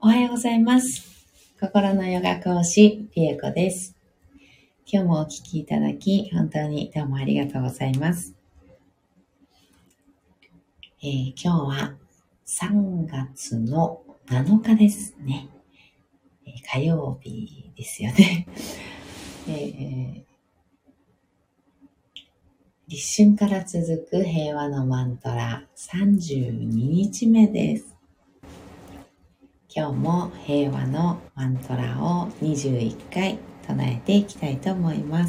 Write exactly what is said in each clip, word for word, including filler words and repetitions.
おはようございます。心のヨガ講師、リエコです。今日もお聞きいただき、本当にどうもありがとうございます。えー、今日はさんがつのなのかですね。えー、火曜日ですよね。えー、立春から続く平和のマントラさんじゅうににちめです。今日も平和のマントラをにじゅういっかい唱えていきたいと思います。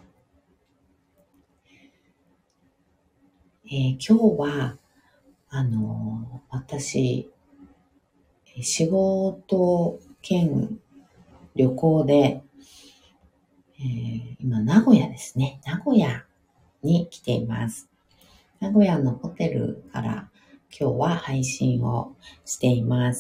えー、今日はあの私仕事兼旅行で、えー、今名古屋ですね名古屋に来ています。名古屋のホテルから今日は配信をしています。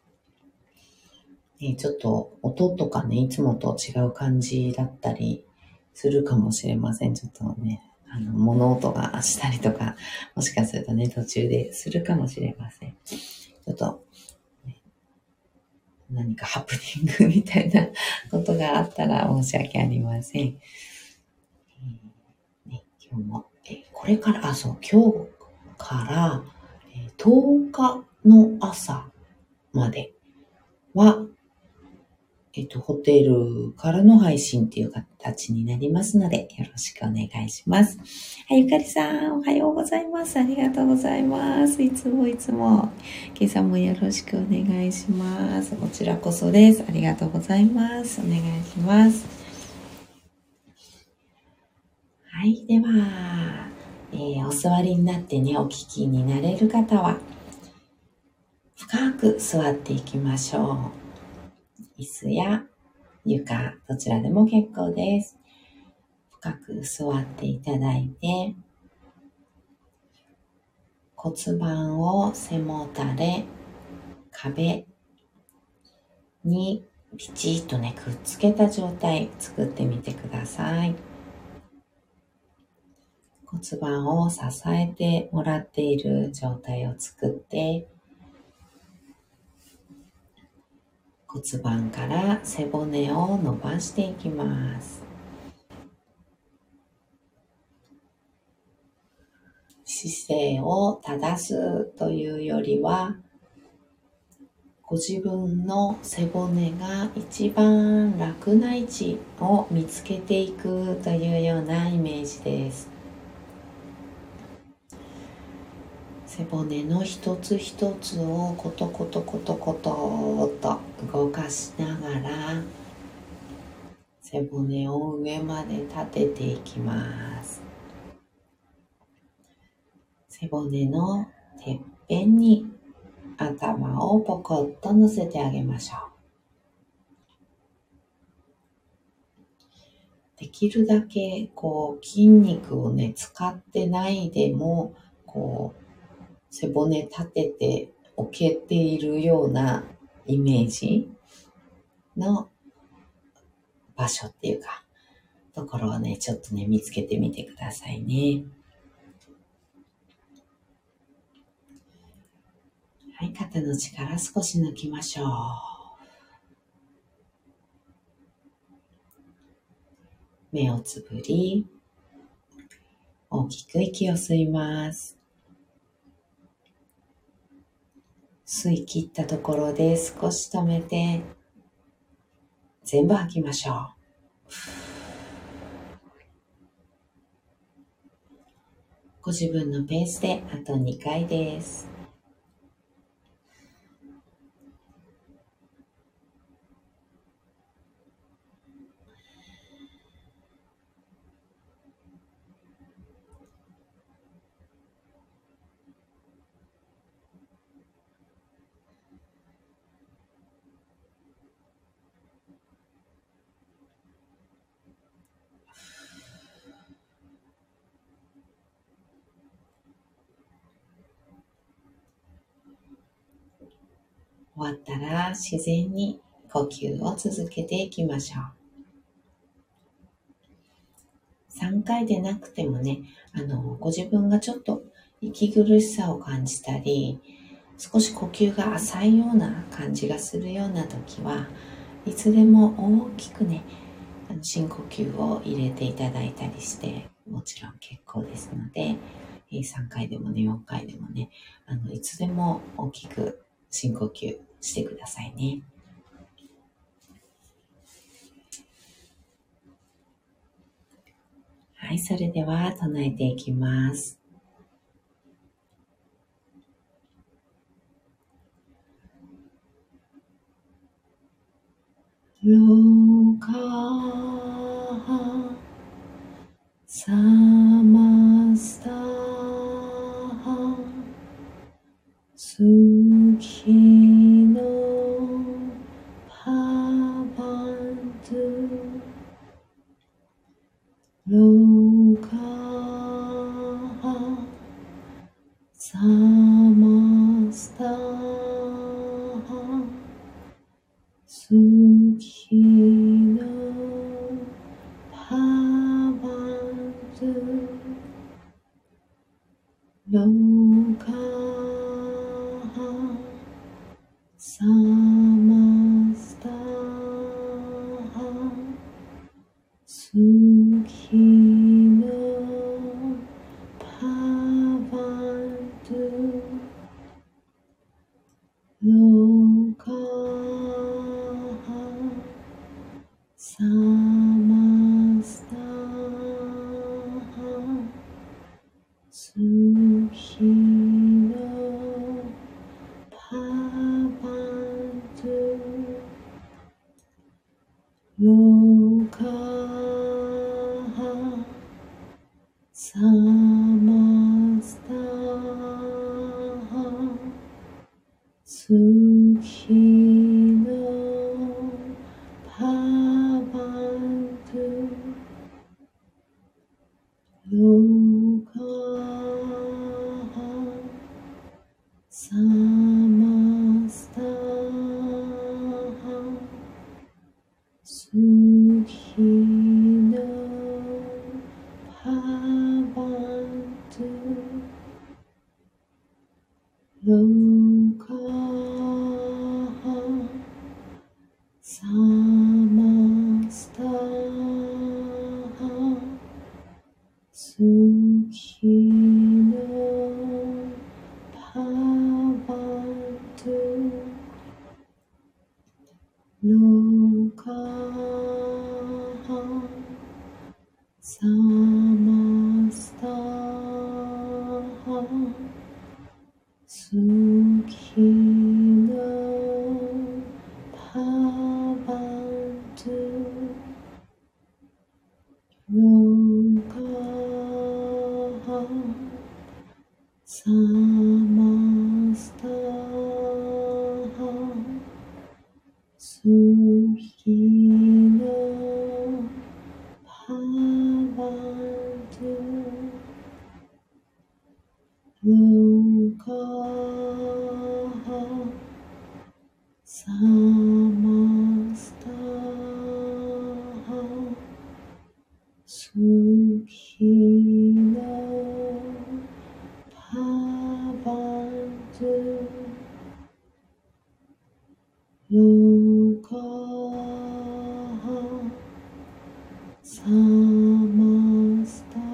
えー、ちょっと音とかねいつもと違う感じだったりするかもしれません。ちょっとねあの物音がしたりとかもしかするとね途中でするかもしれません。ちょっと何かハプニングみたいなことがあったら申し訳ありません。えーね、今日も、えー、これから、あ、そう、今日から、えー、とおかの朝までは、えっと、ホテルからの配信っていう形になりますので、よろしくお願いします。はい、ゆかりさん、おはようございます。ありがとうございます。いつもいつも、今朝もよろしくお願いします。こちらこそです。ありがとうございます。お願いします。はい、では、えー、お座りになってね、お聞きになれる方は、深く座っていきましょう。椅子や床、どちらでも結構です。深く座っていただいて、骨盤を背もたれ、壁にピチッとね、くっつけた状態作ってみてください。骨盤を支えてもらっている状態を作って、骨盤から背骨を伸ばしていきます。姿勢を正すというよりは、ご自分の背骨が一番楽な位置を見つけていくというようなイメージです。背骨の一つ一つをコトコトコトコトと動かしながら背骨を上まで立てていきます。背骨のてっぺんに頭をポコッと乗せてあげましょう。できるだけこう筋肉をね使ってないでもこう背骨立てて置けているようなイメージの場所っていうかところをねちょっとね見つけてみてくださいね。はい、肩の力少し抜きましょう。目をつぶり大きく息を吸います。吸い切ったところで少し止めて全部吐きましょう。ご自分のペースであとにかいです。終わったら自然に呼吸を続けていきましょう。さんかいでなくてもね、あのご自分がちょっと息苦しさを感じたり、 少し呼吸が浅いような感じがするような時はいつでも大きくね、あの深呼吸を入れていただいたりしてもちろん結構ですので、さんかいでもねよんかいでもね、あのいつでも大きく深呼吸してくださいね。はい、それでは唱えていきます。ロカサマスタスキノパバントロカサマスタスキノパバントロカサマスタスキノパバントロカサマスタスキノパバントロカサマスタスキノパバントロカサマスタスキノパバントロカサマスタスキノパバントロカサマスタスキノパバントロカサマスタスキノパバントロカサマスタスキノパバントロカサマスタ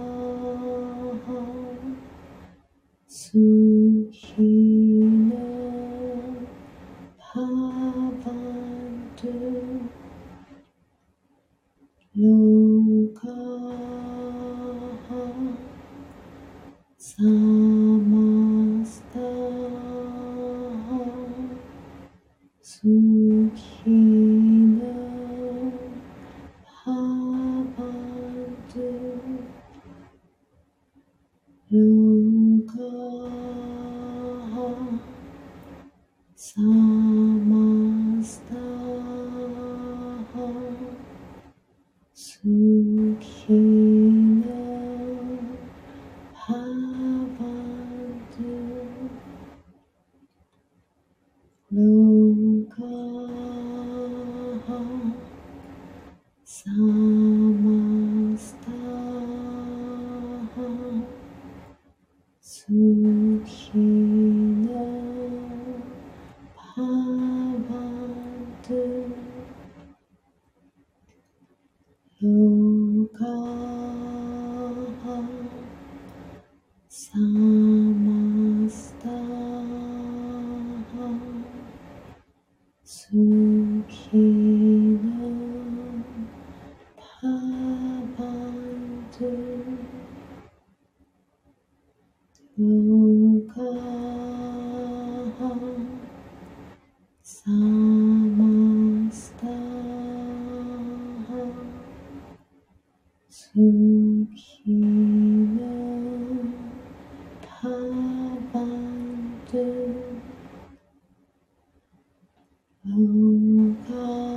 スキノパバントロカサマスタスキノパバントロカサマスタスキノパバントロカサマスタスキノ好きなパパとルカサマスタ好きなパパとルカ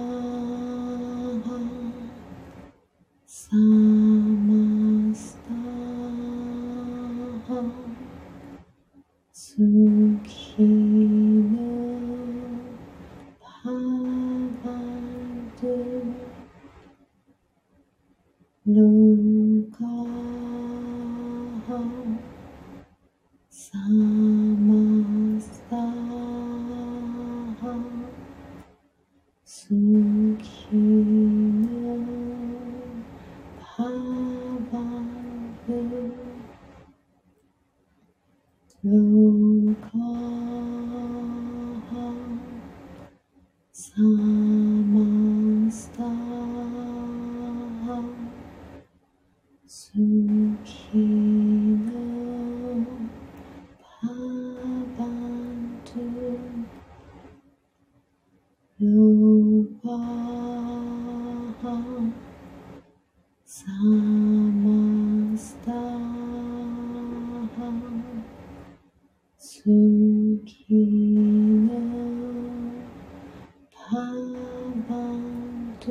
サマスタ好きなパパとルカサマスタ好きなパパとルカサマスタ好きなパパとルカサマスタ好きなパパと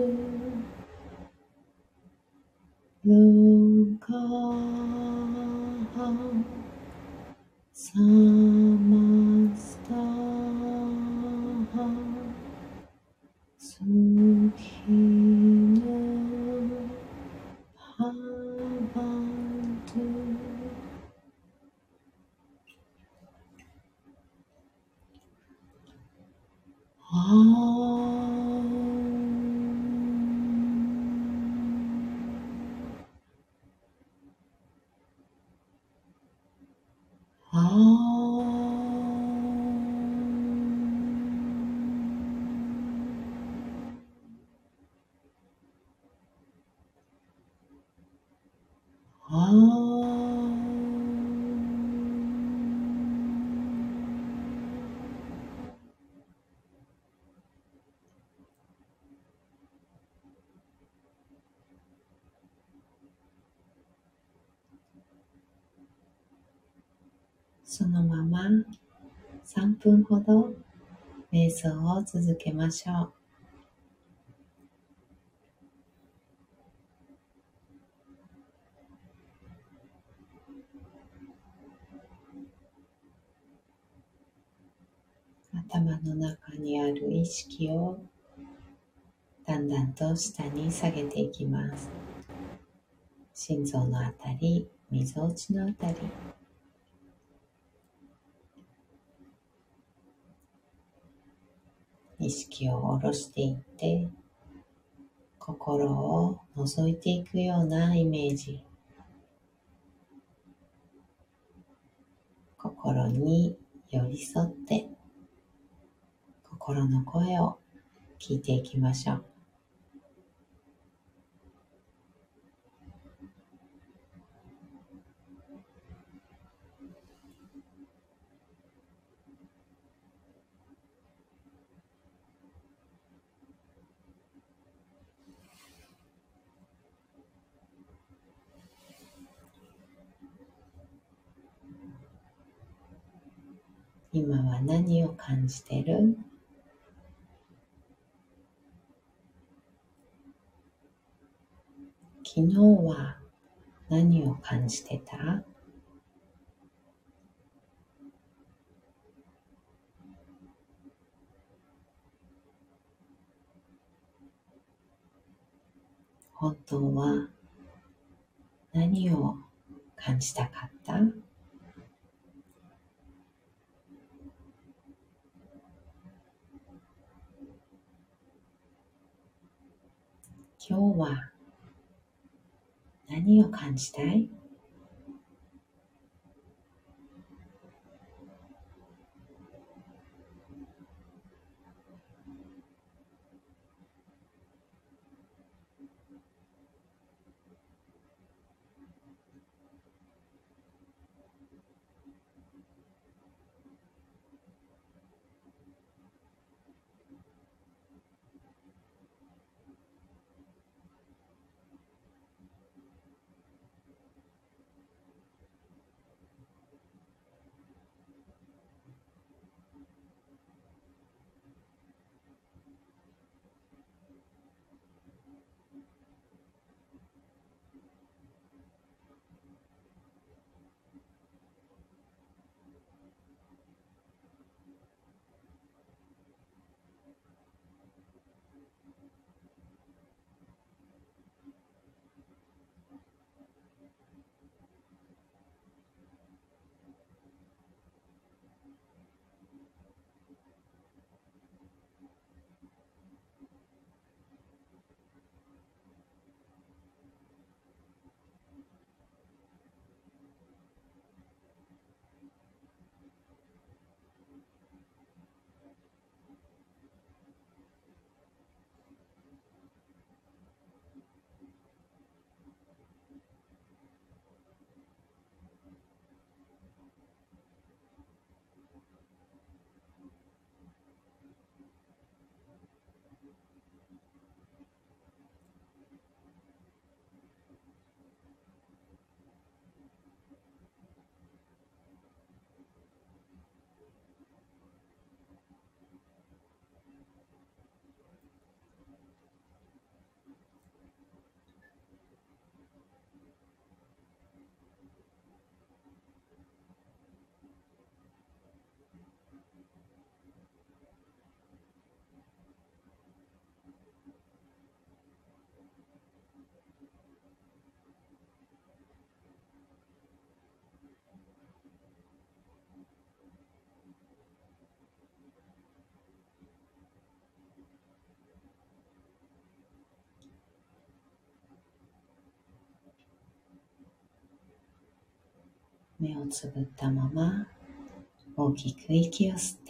ルカサマスタ好きなパパとあああそのままさんぷんほど瞑想を続けましょう。頭の中にある意識をだんだんと下に下げていきます。心臓のあたり、みぞおちのあたり、意識を下ろしていって、心を覗いていくようなイメージ。心に寄り添って、心の声を聞いていきましょう。今は何を感じてる？昨日は何を感じてた？本当は何を感じたかった？今日は何を感じたい？ 目をつぶったまま大きく息を吸って、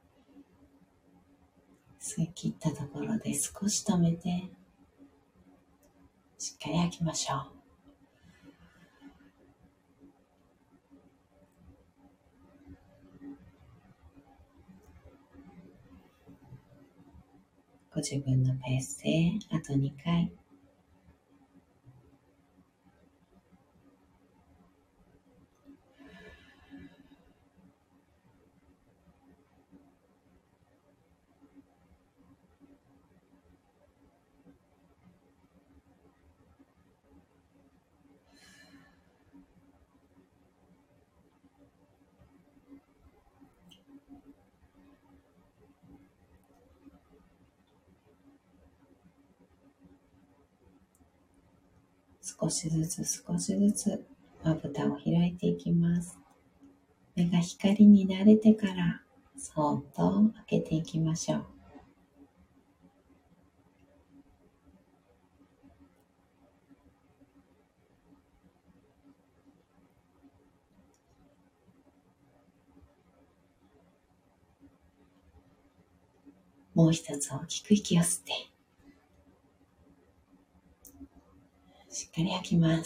吸い切ったところで少し止めて、しっかり吐きましょう。ご自分のペースであとにかい。少しずつ少しずつまぶたを開いていきます。目が光に慣れてからそーっと開けていきましょう。もう一つ大きく息を吸って、しっかり吐きます。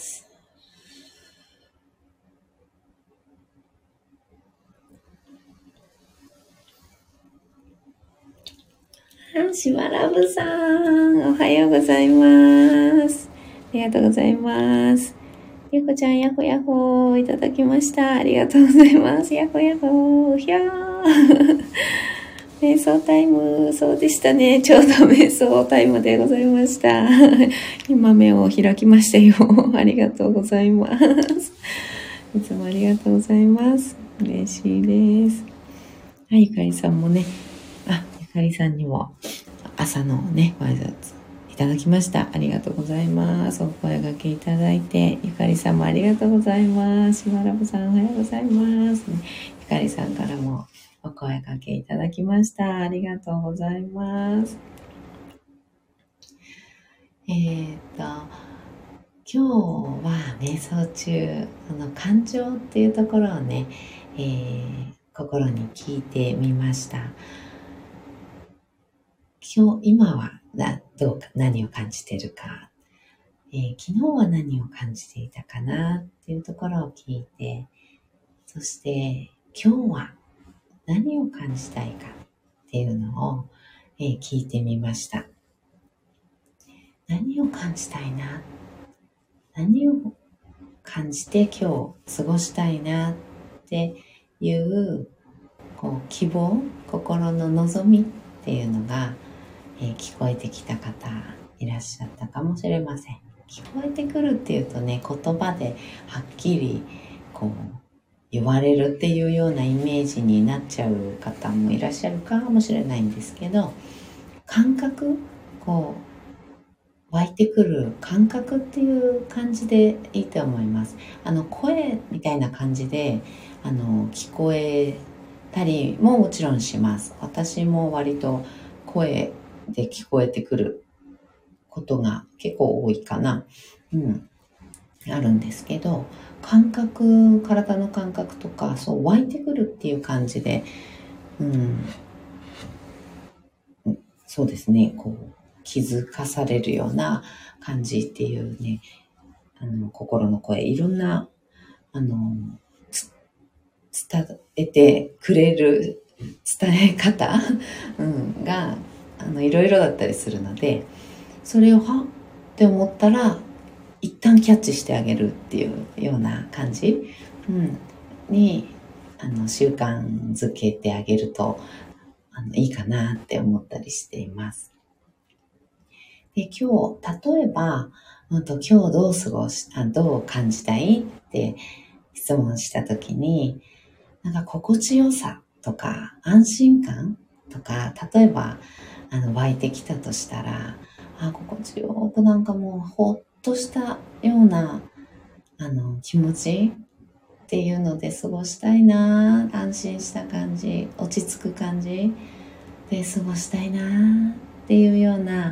しばらぶさん、おはようございます。ありがとうございます。ゆこちゃん、やほやほいただきました。ありがとうございます。やほやほー、ひゃー。瞑想タイム、そうでしたね。ちょうど瞑想タイムでございました。今目を開きましたよ。ありがとうございます。いつもありがとうございます。嬉しいです。はい、ゆかりさんもね、あ、ゆかりさんにも朝のね、ご挨拶いただきました。ありがとうございます。お声掛けいただいて、ゆかりさんもありがとうございます。しばらぶさんおはようございます。ね、ゆかりさんからもお声掛けいただきました。ありがとうございます。えーっと、今日は瞑想中、その感情っていうところをね、えー、心に聞いてみました。今日、今はなどうか、何を感じているか、えー、昨日は何を感じていたかなっていうところを聞いて、そして今日は何を感じたいかっていうのを、えー、聞いてみました。何を感じたいな、何を感じて今日過ごしたいなっていうこう希望、心の望みっていうのが、えー、聞こえてきた方いらっしゃったかもしれません。聞こえてくるっていうとね、言葉ではっきりこう言われるっていうようなイメージになっちゃう方もいらっしゃるかもしれないんですけど、感覚、こう湧いてくる感覚っていう感じでいいと思います。あの声みたいな感じであの聞こえたりももちろんします。私も割と声で聞こえてくることが結構多いかな、うん、あるんですけど、感覚、体の感覚とかそう湧いてくるっていう感じで、うん、そうですね、こう気づかされるような感じっていうね、あの心の声、いろんなあの伝えてくれる伝え方、うん、があのいろいろだったりするので、それをはって思ったら一旦キャッチしてあげるっていうような感じ、うん、にあの習慣づけてあげるとあのいいかなって思ったりしています。で、今日例えば、うん、と今日どう過ごしあどう感じたいって質問したときに、なんか心地よさとか安心感とか、例えばあの湧いてきたとしたら、あ、心地よくなんかもうほっとしたようなあの気持ちっていうので過ごしたいな、安心した感じ、落ち着く感じで過ごしたいなっていうような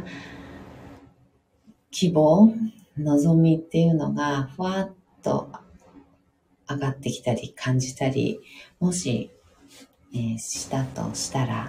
希望、望みっていうのがふわっと上がってきたり感じたり、もし、えーしたとしたら、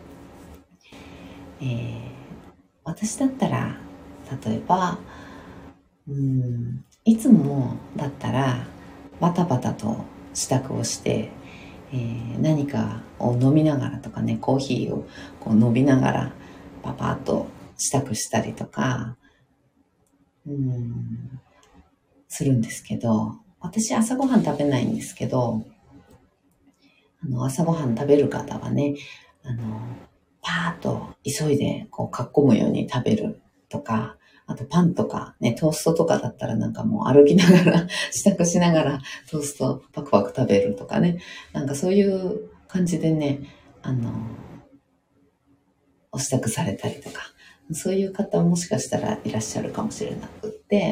えー私だったら、例えば、うーん、いつもだったら、バタバタと支度をして、えー何かを飲みながらとかね、コーヒーをこう飲みながら、パパッと支度したりとか、うーん、するんですけど、私朝ごはん食べないんですけど、あの、朝ごはん食べる方はね、あの、パーッと急いで、こう、囲むように食べるとか、あとパンとかね、トーストとかだったらなんかもう歩きながら、支度しながらトーストパクパク食べるとかね、なんかそういう感じでね、あの、お支度されたりとか、そういう方もしかしたらいらっしゃるかもしれなくって、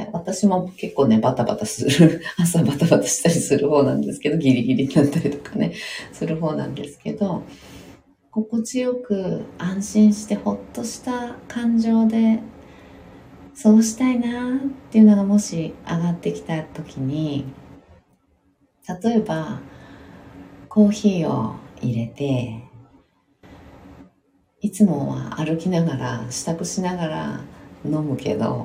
私も結構ね、バタバタする、朝バタバタしたりする方なんですけど、ギリギリになったりとかね、する方なんですけど、心地よく安心してほっとした感情でそうしたいなっていうのがもし上がってきた時に、例えばコーヒーを入れて、いつもは歩きながら支度しながら飲むけど、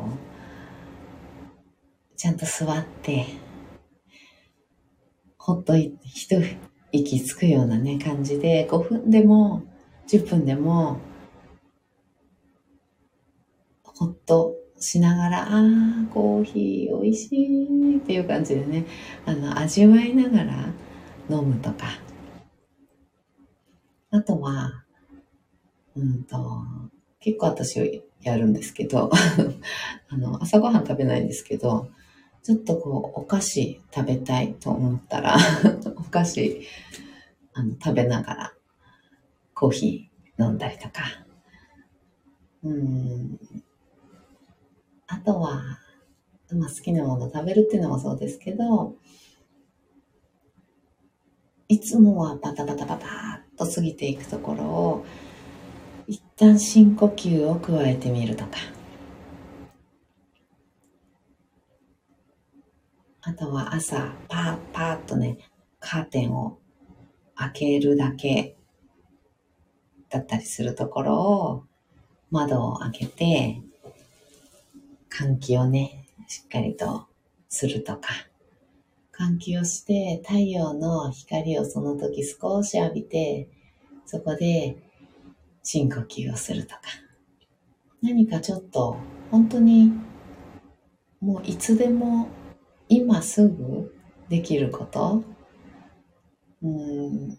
ちゃんと座ってほっと一息つくようなね感じで、ごふんでもじゅっぷんでもほっとしながら、あーコーヒー美味しいっていう感じでね、あの味わいながら飲むとか、あとはうんと結構私やるんですけどあの朝ごはん食べないんですけど、ちょっとこうお菓子食べたいと思ったらお菓子あの食べながらコーヒー飲んだりとか、うん、あとは、まあ、好きなもの食べるっていうのもそうですけど、いつもはバタバタバタっと過ぎていくところを一旦深呼吸を加えてみるとか、あとは朝パーパーっとねカーテンを開けるだけだったりするところを、窓を開けて換気をねしっかりとするとか、換気をして太陽の光をその時少し浴びて、そこで深呼吸をするとか、何かちょっと本当にもういつでも今すぐできること、うーん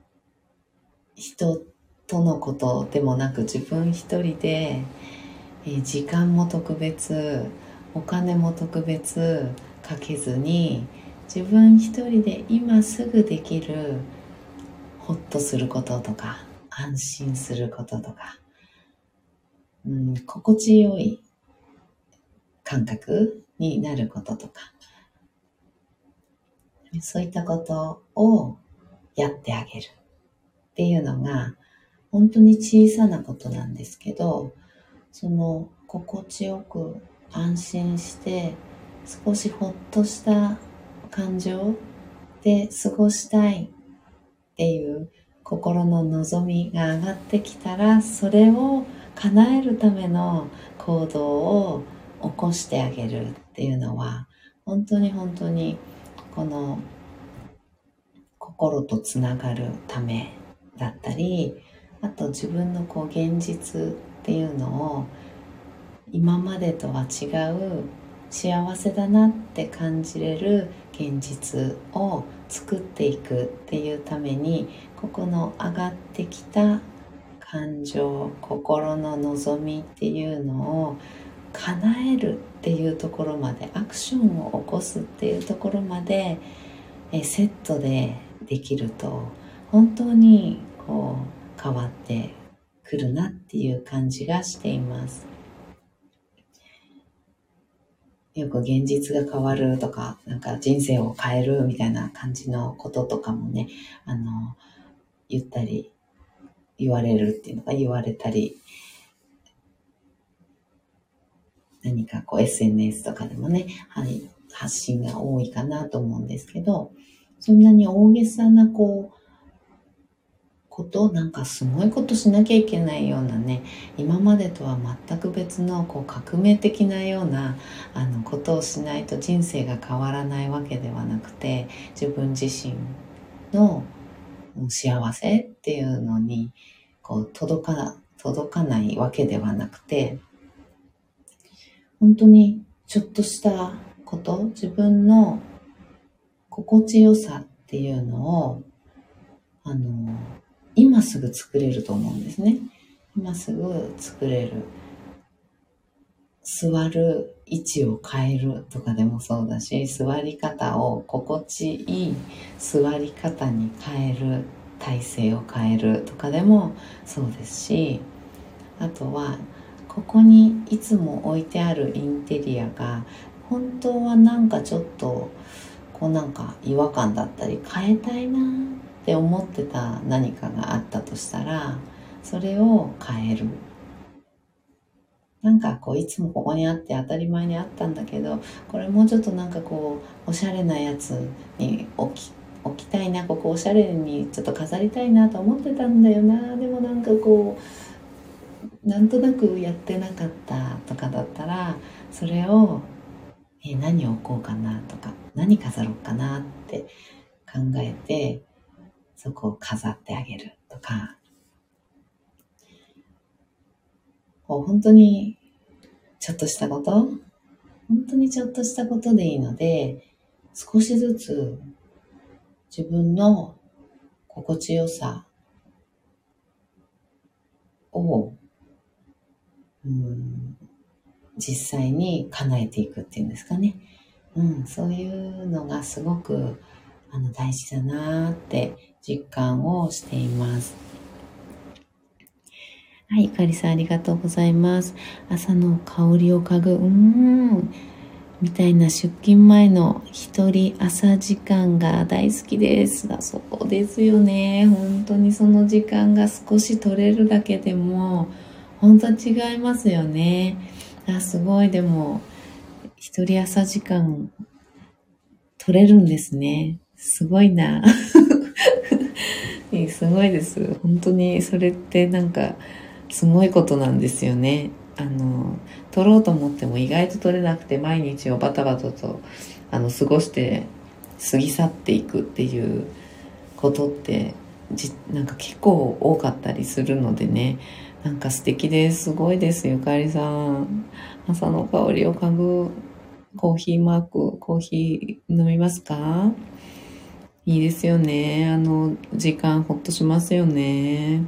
人とのことでもなく自分一人で、えー時間も特別、お金も特別かけずに、自分一人で今すぐできるほっとすることとか安心することとか、うん、心地よい感覚になることとか、そういったことをやってあげるっていうのが本当に小さなことなんですけど、その心地よく安心して少しほっとした感情で過ごしたいっていう心の望みが上がってきたら、それを叶えるための行動を起こしてあげるっていうのは、本当に本当にこの心とつながるためだったり、あと自分のこう現実っていうのを今までとは違う幸せだなって感じれる現実を作っていくっていうために、ここの上がってきた感情、心の望みっていうのを叶えるっていうところまで、アクションを起こすっていうところまでえセットでできると、本当にこう変わってくるなっていう感じがしています。よく現実が変わるとか、なんか人生を変えるみたいな感じのこととかもね、あの、言ったり、言われるっていうのか言われたり、何かこう エスエヌエス とかでもね、はい、 発信が多いかなと思うんですけど、そんなに大げさなこうことなんかすごいことしなきゃいけないようなね、今までとは全く別のこう革命的なようなあのことをしないと人生が変わらないわけではなくて、自分自身の幸せっていうのにこう届かな届かないわけではなくて、本当にちょっとしたこと、自分の心地よさっていうのをあの今すぐ作れると思うんですね。今すぐ作れる。座る位置を変えるとかでもそうだし、座り方を心地いい座り方に変える、体勢を変えるとかでもそうですし、あとはここにいつも置いてあるインテリアが本当はなんかちょっとこうなんか違和感だったり変えたいなって思ってた何かがあったとしたら、それを変える。なんかこういつもここにあって当たり前にあったんだけど、これもうちょっとなんかこうおしゃれなやつに置き置きたいな、ここおしゃれにちょっと飾りたいなと思ってたんだよな、でもなんかこうなんとなくやってなかったとかだったら、それをえ何を置こうかなとか、何飾ろうかなって考えて、そこを飾ってあげるとか、こう本当にちょっとしたこと、本当にちょっとしたことでいいので、少しずつ自分の心地よさを、うん、実際に叶えていくっていうんですかね。うん、そういうのがすごくあの大事だなーって実感をしています。はい、ゆかりさんありがとうございます。朝の香りを嗅ぐ、うーん、みたいな出勤前の一人朝時間が大好きです。あ、そうですよね。本当にその時間が少し取れるだけでも、本当に違いますよね。あ、すごい、でも、一人朝時間取れるんですね。すごいな。すごいです。本当にそれってなんか、すごいことなんですよね。あの取ろうと思っても意外と取れなくて、毎日をバタバタとあの過ごして過ぎ去っていくっていうことってじなんか結構多かったりするのでね、なんか素敵です。すごいです。ゆかりさん、朝の香りを嗅ぐ。コーヒーマーク、コーヒー飲みますか？いいですよね。あの時間ほっとしますよね。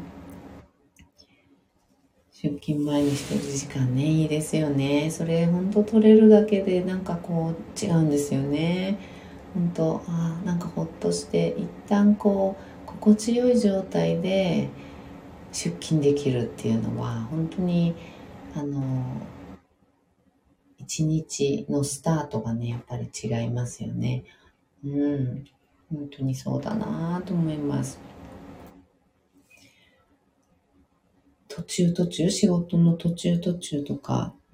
出勤前にしてる時間ね、いいですよね。それ本当取れるだけでなんかこう違うんですよね。本当、あ、なんかほっとして一旦こう心地よい状態で出勤できるっていうのは本当にあの一日のスタートがね、やっぱり違いますよね。うん、本当にそうだなと思います。途中途中、仕事の途中途中とか、うん。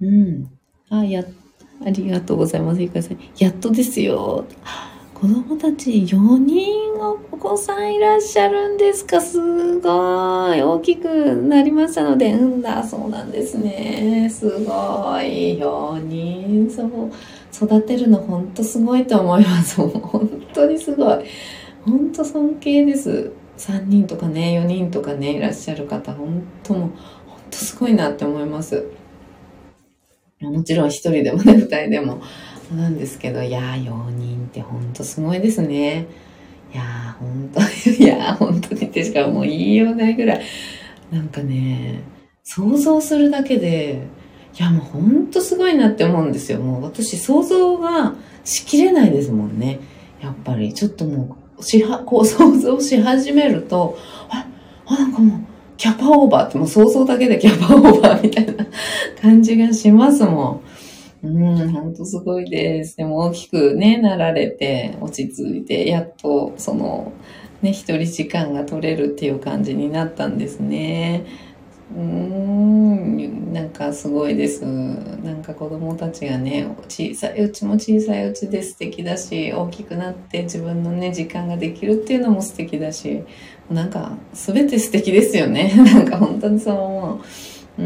あ、や、ありがとうございます。ゆかりさん。やっとですよ。子供たちよにんお子さんいらっしゃるんですか？すごい。大きくなりましたので、うんだ、そうなんですね。すごい。よにん、そう、育てるの本当すごいと思います。本当にすごい。本当尊敬です。さんにんとかね、よにんとかね、いらっしゃる方、本当もう、本当すごいなって思います。もちろん一人でもね、二人でもなんですけど、いやー、よにんって本当すごいですね。いやー、本当に、いやー、本当にってしかもう言いようないぐらい、なんかね、想像するだけで、いやもう本当すごいなって思うんですよ。もう私想像がしきれないですもんね。やっぱりちょっともうしはこう想像し始めると、あ、あなんかもうキャパオーバーってもう想像だけでキャパオーバーみたいな感じがしますもん。うん、本当すごいです。でも大きくね、なられて落ち着いて、やっとそのね、一人時間が取れるっていう感じになったんですね。うーん、なんかかすごいです。なんか子供たちがね、小さいうちも小さいうちで素敵だし、大きくなって自分のね、時間ができるっていうのも素敵だし、なんか全て素敵ですよね。なんか本当にそう思う。うん、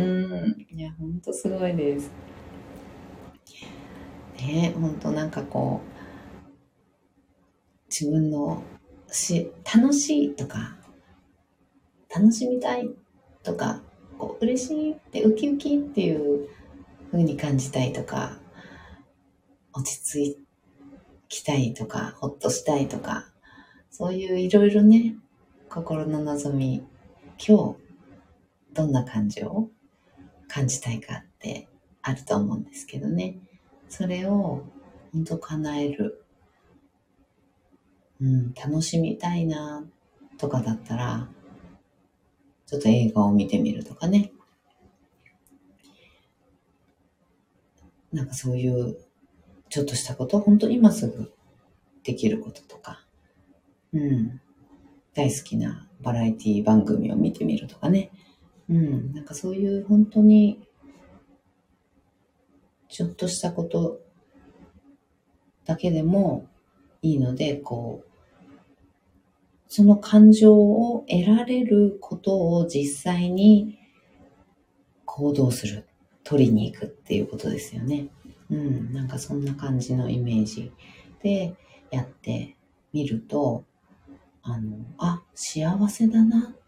いや、本当すごいです。ね、本当なんかこう、自分のし、楽しいとか、楽しみたいとか、こう嬉しいってウキウキっていう風に感じたいとか、落ち着きたいとか、ほっとしたいとか、そういういろいろね、心の望み、今日どんな感情を感じたいかってあると思うんですけどね。それを本当叶える。うん、楽しみたいなとかだったら、ちょっと映画を見てみるとかね。なんかそういうちょっとしたこと、本当に今すぐできることとか、うん、大好きなバラエティ番組を見てみるとかね。うん、なんかそういう本当にちょっとしたことだけでもいいので、こう、その感情を得られることを実際に行動する。取りに行くっていうことですよね。うん、なんかそんな感じのイメージでやってみると、あの、あ、幸せだなって、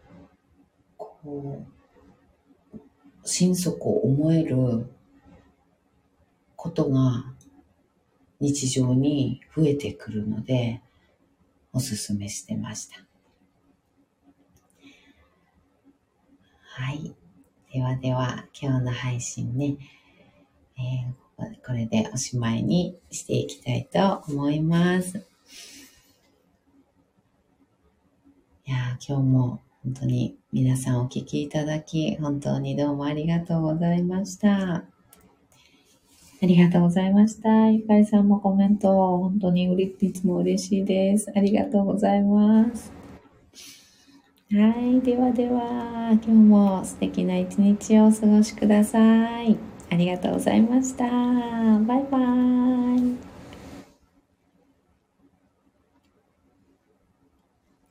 こう、心底思えることが日常に増えてくるので、おすすめしてました。はい。ではでは、今日の配信ね、えー、これでおしまいにしていきたいと思います。いやー、今日も本当に皆さんお聞きいただき、本当にどうもありがとうございました。ありがとうございました。ゆかりさんもコメント、本当にうれいつも嬉しいです。ありがとうございます。はい。ではでは、今日も素敵な一日をお過ごしください。ありがとうございました。バイバーイ。